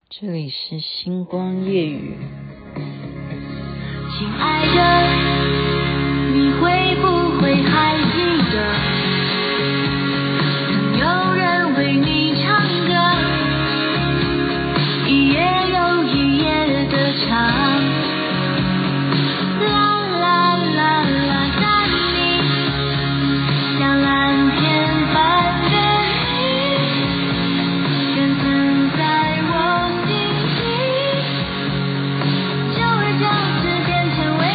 这里是星光夜语。 亲爱的，你会不会还记得，曾有人为你唱歌，一夜又一夜的唱，啦啦啦啦，但你像蓝天般的你，深藏在我心底，久而久之变成回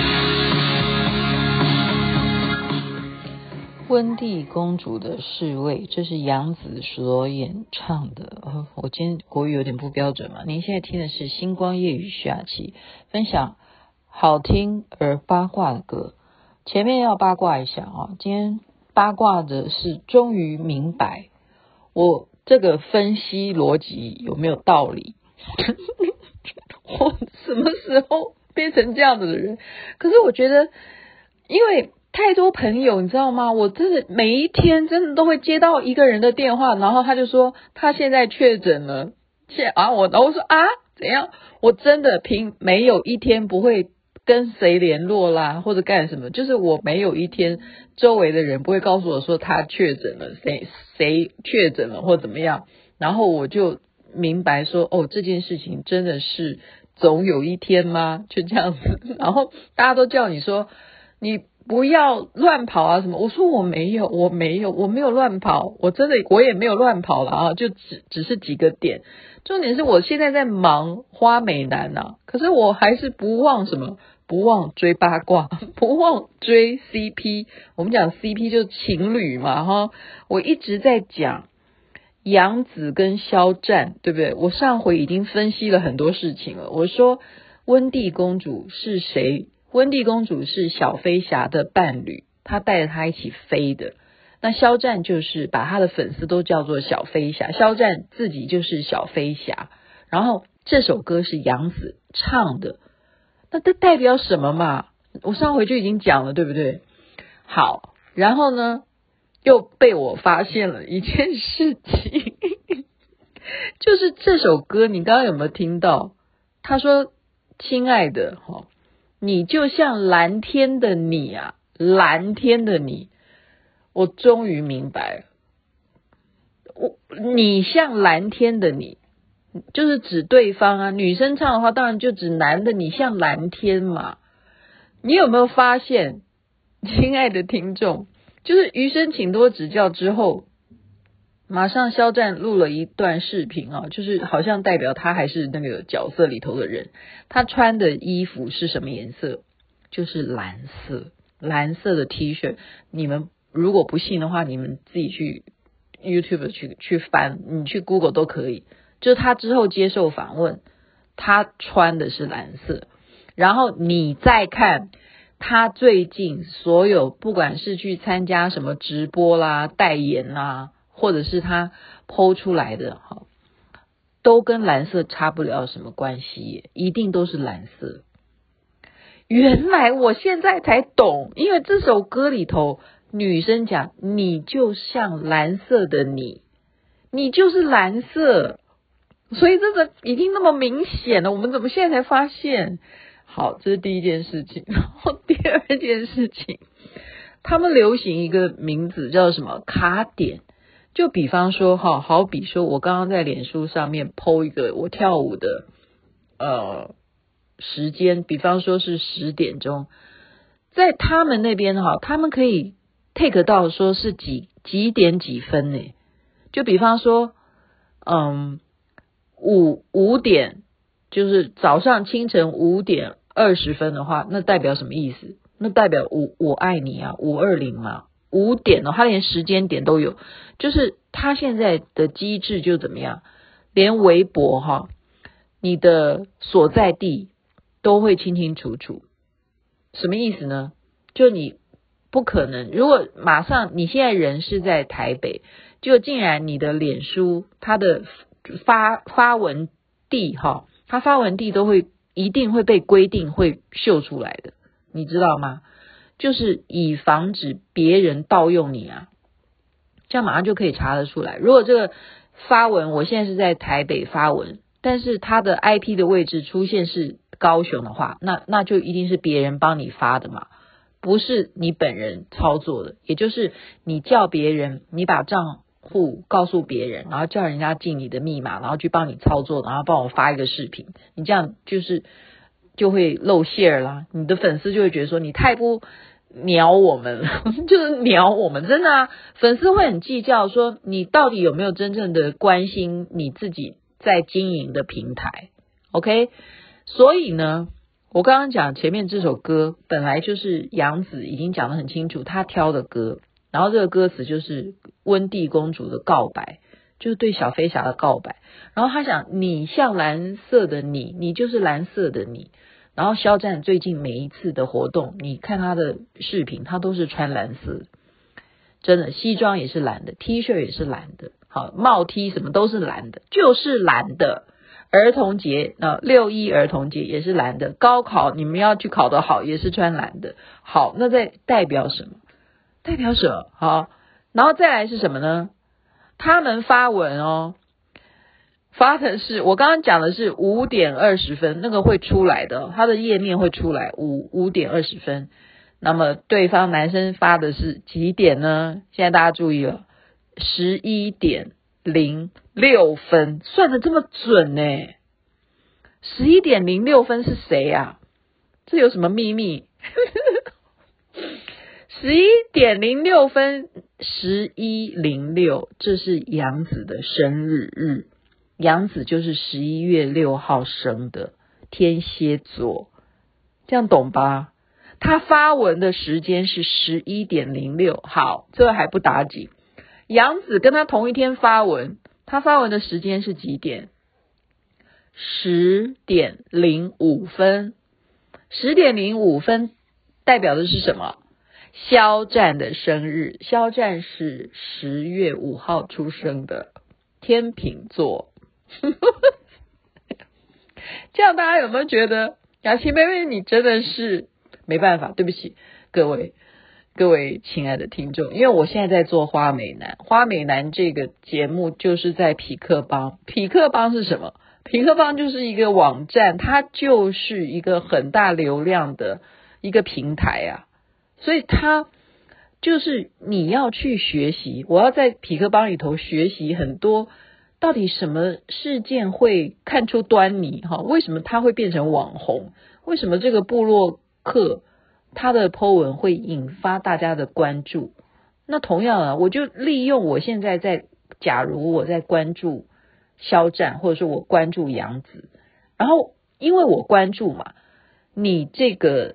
忆。 温蒂公主的侍卫，这是杨紫所演唱的。我今天国语有点不标准嘛。您现在听的是星光夜语徐雅琪分享好听而八卦的歌。前面要八卦一下啊，今天八卦的是终于明白我这个分析逻辑有没有道理。我什么时候变成这样子的人？可是我觉得，因为太多朋友，你知道吗？我真的每一天真的都会接到一个人的电话，然后他就说他现在确诊了，然后我说怎样？我真的没有一天不会跟谁联络啦，或者干什么，就是我没有一天周围的人不会告诉我说他确诊了，谁确诊了或怎么样，然后我就明白说这件事情真的是总有一天吗？就这样子，然后大家都叫你说你不要乱跑啊什么，我说我没有乱跑，我也没有乱跑了啊，就只是几个点。重点是我现在在忙花美男啊，可是我还是不忘追八卦，不忘追 CP。我们讲 CP 就是情侣嘛哈，我一直在讲杨紫跟肖战，对不对？我上回已经分析了很多事情了。我说温蒂公主是谁？温蒂公主是小飞侠的伴侣，她带着她一起飞的。那肖战就是把他的粉丝都叫做小飞侠，肖战自己就是小飞侠。然后这首歌是杨紫唱的，那这代表什么嘛？我上回就已经讲了，对不对？好，然后呢，又被我发现了一件事情，就是这首歌，你刚刚有没有听到？他说：“亲爱的，你就像蓝天的你啊，蓝天的你。”我终于明白了，你像蓝天的你，就是指对方啊。女生唱的话，当然就指男的，你像蓝天嘛。你有没有发现，亲爱的听众，就是余生请多指教之后，马上肖战录了一段视频啊，就是好像代表他还是那个角色里头的人。他穿的衣服是什么颜色？就是蓝色，蓝色的 T 恤。你们如果不信的话，你们自己去 YouTube 去翻，你去 Google 都可以。就是他之后接受访问，他穿的是蓝色。然后你再看他最近所有，不管是去参加什么直播啦、代言啦，或者是他 PO 出来的都跟蓝色差不了什么关系耶，一定都是蓝色。原来我现在才懂，因为这首歌里头女生讲你就像蓝色的你，你就是蓝色，所以这个已经那么明显了，我们怎么现在才发现？好，这是第一件事情。然后第二件事情，他们流行一个名字叫什么卡点，就比方说好比说我刚刚在脸书上面 po 一个我跳舞的时间，比方说是10点钟，在他们那边他们可以 take 到说是几点几分呢？就比方说5点，就是早上清晨5点20分的话，那代表什么意思？那代表我爱你啊，520嘛。5点他连时间点都有，就是他现在的机制就怎么样，连微博你的所在地都会清清楚楚。什么意思呢？就你不可能，如果马上你现在人是在台北，就竟然你的脸书它的发文地它发文地都会一定会被规定会秀出来的，你知道吗？就是以防止别人盗用你啊，这样马上就可以查得出来。如果这个发文我现在是在台北发文， 但是它的 IP 的位置出现是高雄的话，那就一定是别人帮你发的嘛，不是你本人操作的，也就是你叫别人，你把账户告诉别人，然后叫人家进你的密码，然后去帮你操作，然后帮我发一个视频，你这样就会露馅啦，你的粉丝就会觉得说你太不鸟我们了，就是鸟我们，真的啊，粉丝会很计较说你到底有没有真正的关心你自己在经营的平台 ，OK？ 所以呢，我刚刚讲前面这首歌本来就是杨紫已经讲得很清楚，她挑的歌，然后这个歌词就是温蒂公主的告白，就是对小飞侠的告白，然后他想你像蓝色的你，你就是蓝色的你。然后肖战最近每一次的活动，你看他的视频，他都是穿蓝色，真的，西装也是蓝的， T 恤也是蓝的，好，帽 T 什么都是蓝的，就是蓝的。儿童节6·1儿童节也是蓝的，高考你们要去考得好也是穿蓝的。好，那在代表什么？代表什么？好，然后再来是什么呢？他们发文发的是我刚刚讲的是5点20分，那个会出来的，它的页面会出来5点20分。那么对方男生发的是几点呢？现在大家注意了，11点06分，算得这么准呢？11点06分是谁啊？这有什么秘密？11点06分1106，这是杨紫的生日。杨紫就是11月6号生的，天蝎座，这样懂吧？他发文的时间是11点06，好，这还不打紧。杨紫跟他同一天发文，他发文的时间是几点？10点05分。10点05分代表的是什么？肖战的生日，肖战是10月5号出生的，天秤座。这样大家有没有觉得雅琪妹妹你真的是没办法？对不起各位亲爱的听众，因为我现在在做花美男这个节目就是在痞客邦是什么？痞客邦就是一个网站，它就是一个很大流量的一个平台啊，所以它就是你要去学习，我要在痞客邦里头学习很多到底什么事件会看出端倪为什么他会变成网红？为什么这个部落客他的 po 文会引发大家的关注？那同样啊，我就利用我现在假如我在关注肖战，或者说我关注杨紫，然后因为我关注嘛，你这个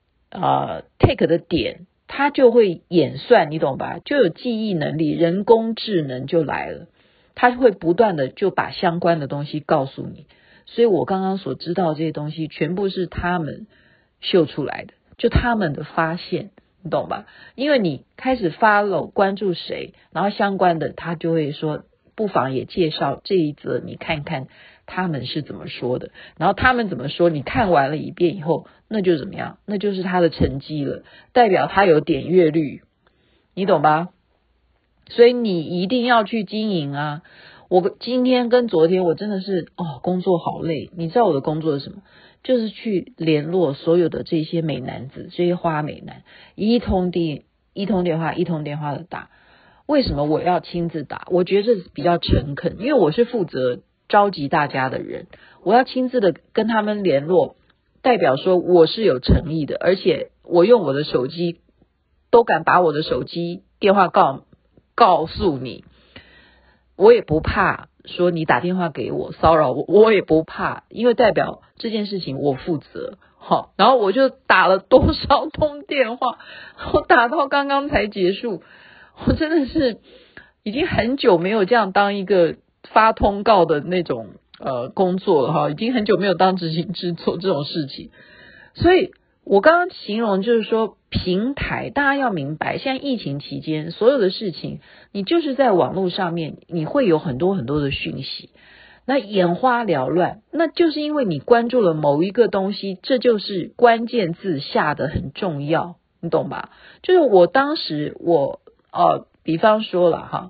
take 的点它就会演算，你懂吧？就有记忆能力，人工智能就来了。他会不断的就把相关的东西告诉你，所以我刚刚所知道这些东西全部是他们秀出来的，就他们的发现，你懂吧？因为你开始 follow 关注谁，然后相关的他就会说不妨也介绍这一则，你看看他们是怎么说的，然后他们怎么说，你看完了一遍以后，那就怎么样？那就是他的成绩了，代表他有点阅率，你懂吧？所以你一定要去经营啊！我今天跟昨天我真的是工作好累。你知道我的工作是什么？就是去联络所有的这些美男子，这些花美男，一通电话的打。为什么我要亲自打？我觉得这比较诚恳，因为我是负责召集大家的人，我要亲自的跟他们联络，代表说我是有诚意的，而且我用我的手机都敢把我的手机电话告诉你，我也不怕说你打电话给我骚扰我也不怕，因为代表这件事情我负责。好，然后我就打了多少通电话，我打到刚刚才结束，我真的是已经很久没有这样当一个发通告的那种工作了已经很久没有当执行制做这种事情。所以我刚刚形容就是说平台，大家要明白现在疫情期间所有的事情，你就是在网络上面你会有很多很多的讯息，那眼花缭乱，那就是因为你关注了某一个东西，这就是关键字下的很重要，你懂吧？就是我当时比方说了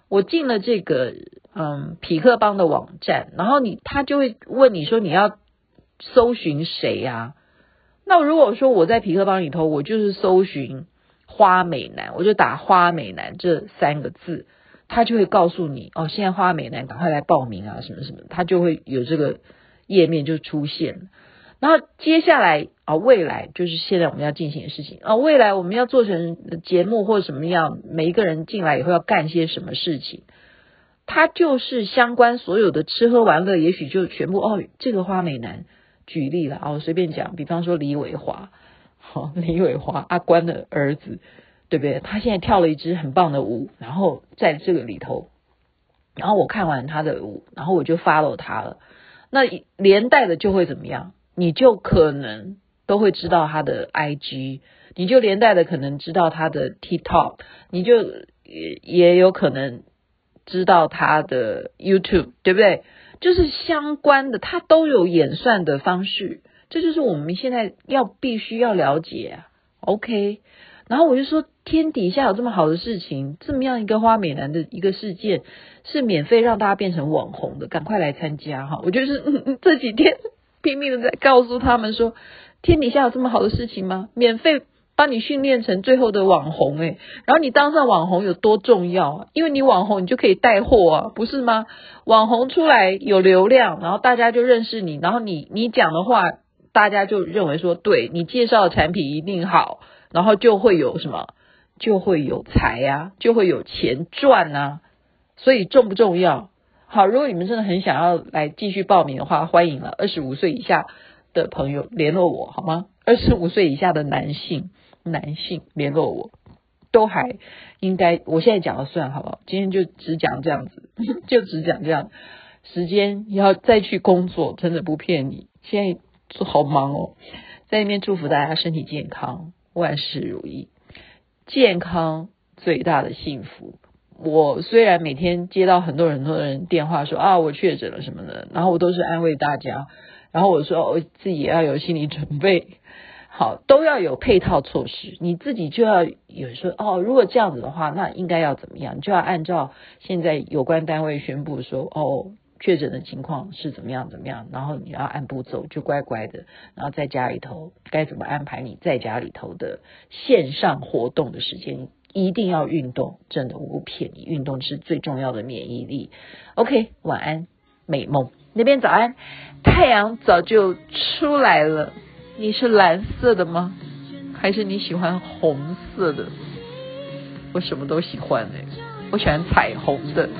我进了这个痞客邦的网站，然后他就会问你说你要搜寻谁啊？那如果说我在痞客邦里头，我就是搜寻花美男，我就打花美男这3个字，他就会告诉你哦，现在花美男赶快来报名啊，什么什么，他就会有这个页面就出现了。然后接下来未来就是现在我们要进行的事情未来我们要做成节目或者什么样，每一个人进来以后要干些什么事情，它就是相关所有的吃喝玩乐，也许就全部这个花美男举例了我随便讲，比方说李伟华阿关的儿子，对不对？他现在跳了一支很棒的舞，然后在这个里头，然后我看完他的舞，然后我就 follow 他了，那连带的就会怎么样？你就可能都会知道他的 IG， 你就连带的可能知道他的 TikTok， 你就也有可能知道他的 YouTube， 对不对？就是相关的，他都有演算的方式，这就是我们现在必须要了解OK， 然后我就说天底下有这么好的事情，这么样一个花美男的一个事件是免费让大家变成网红的，赶快来参加我就是这几天拼命的在告诉他们说，天底下有这么好的事情吗？免费帮你训练成最后的网红然后你当上网红有多重要因为你网红你就可以带货不是吗？网红出来有流量，然后大家就认识你，然后你讲的话大家就认为说对，你介绍的产品一定好，然后就会有什么，就会有财就会有钱赚所以重不重要？好，如果你们真的很想要来继续报名的话，欢迎了25岁以下的朋友联络我好吗？25岁以下的男性联络我，都还应该，我现在讲了算好不好？今天就只讲这样子就只讲这样，时间要再去工作，真的不骗你，现在好忙在那边祝福大家身体健康，万事如意，健康最大的幸福。我虽然每天接到很多人电话说我确诊了什么的，然后我都是安慰大家，然后我说我自己也要有心理准备，好，都要有配套措施，你自己就要有说如果这样子的话，那应该要怎么样，就要按照现在有关单位宣布说确诊的情况是怎么样，然后你要按步骤，就乖乖的，然后在家里头该怎么安排你在家里头的线上活动的时间，一定要运动，真的我不骗你，运动是最重要的免疫力。 OK， 晚安美梦，那边早安，太阳早就出来了，你是蓝色的吗？还是你喜欢红色的？我什么都喜欢我喜欢彩虹的。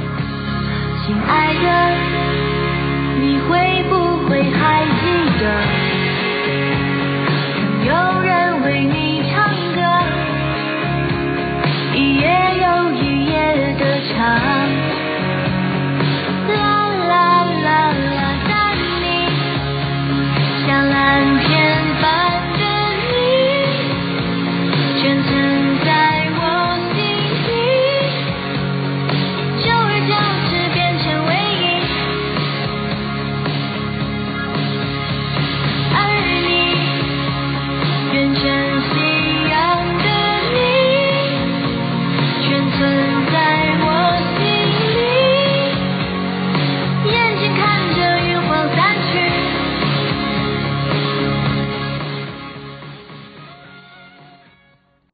亲爱的，你会不会还记得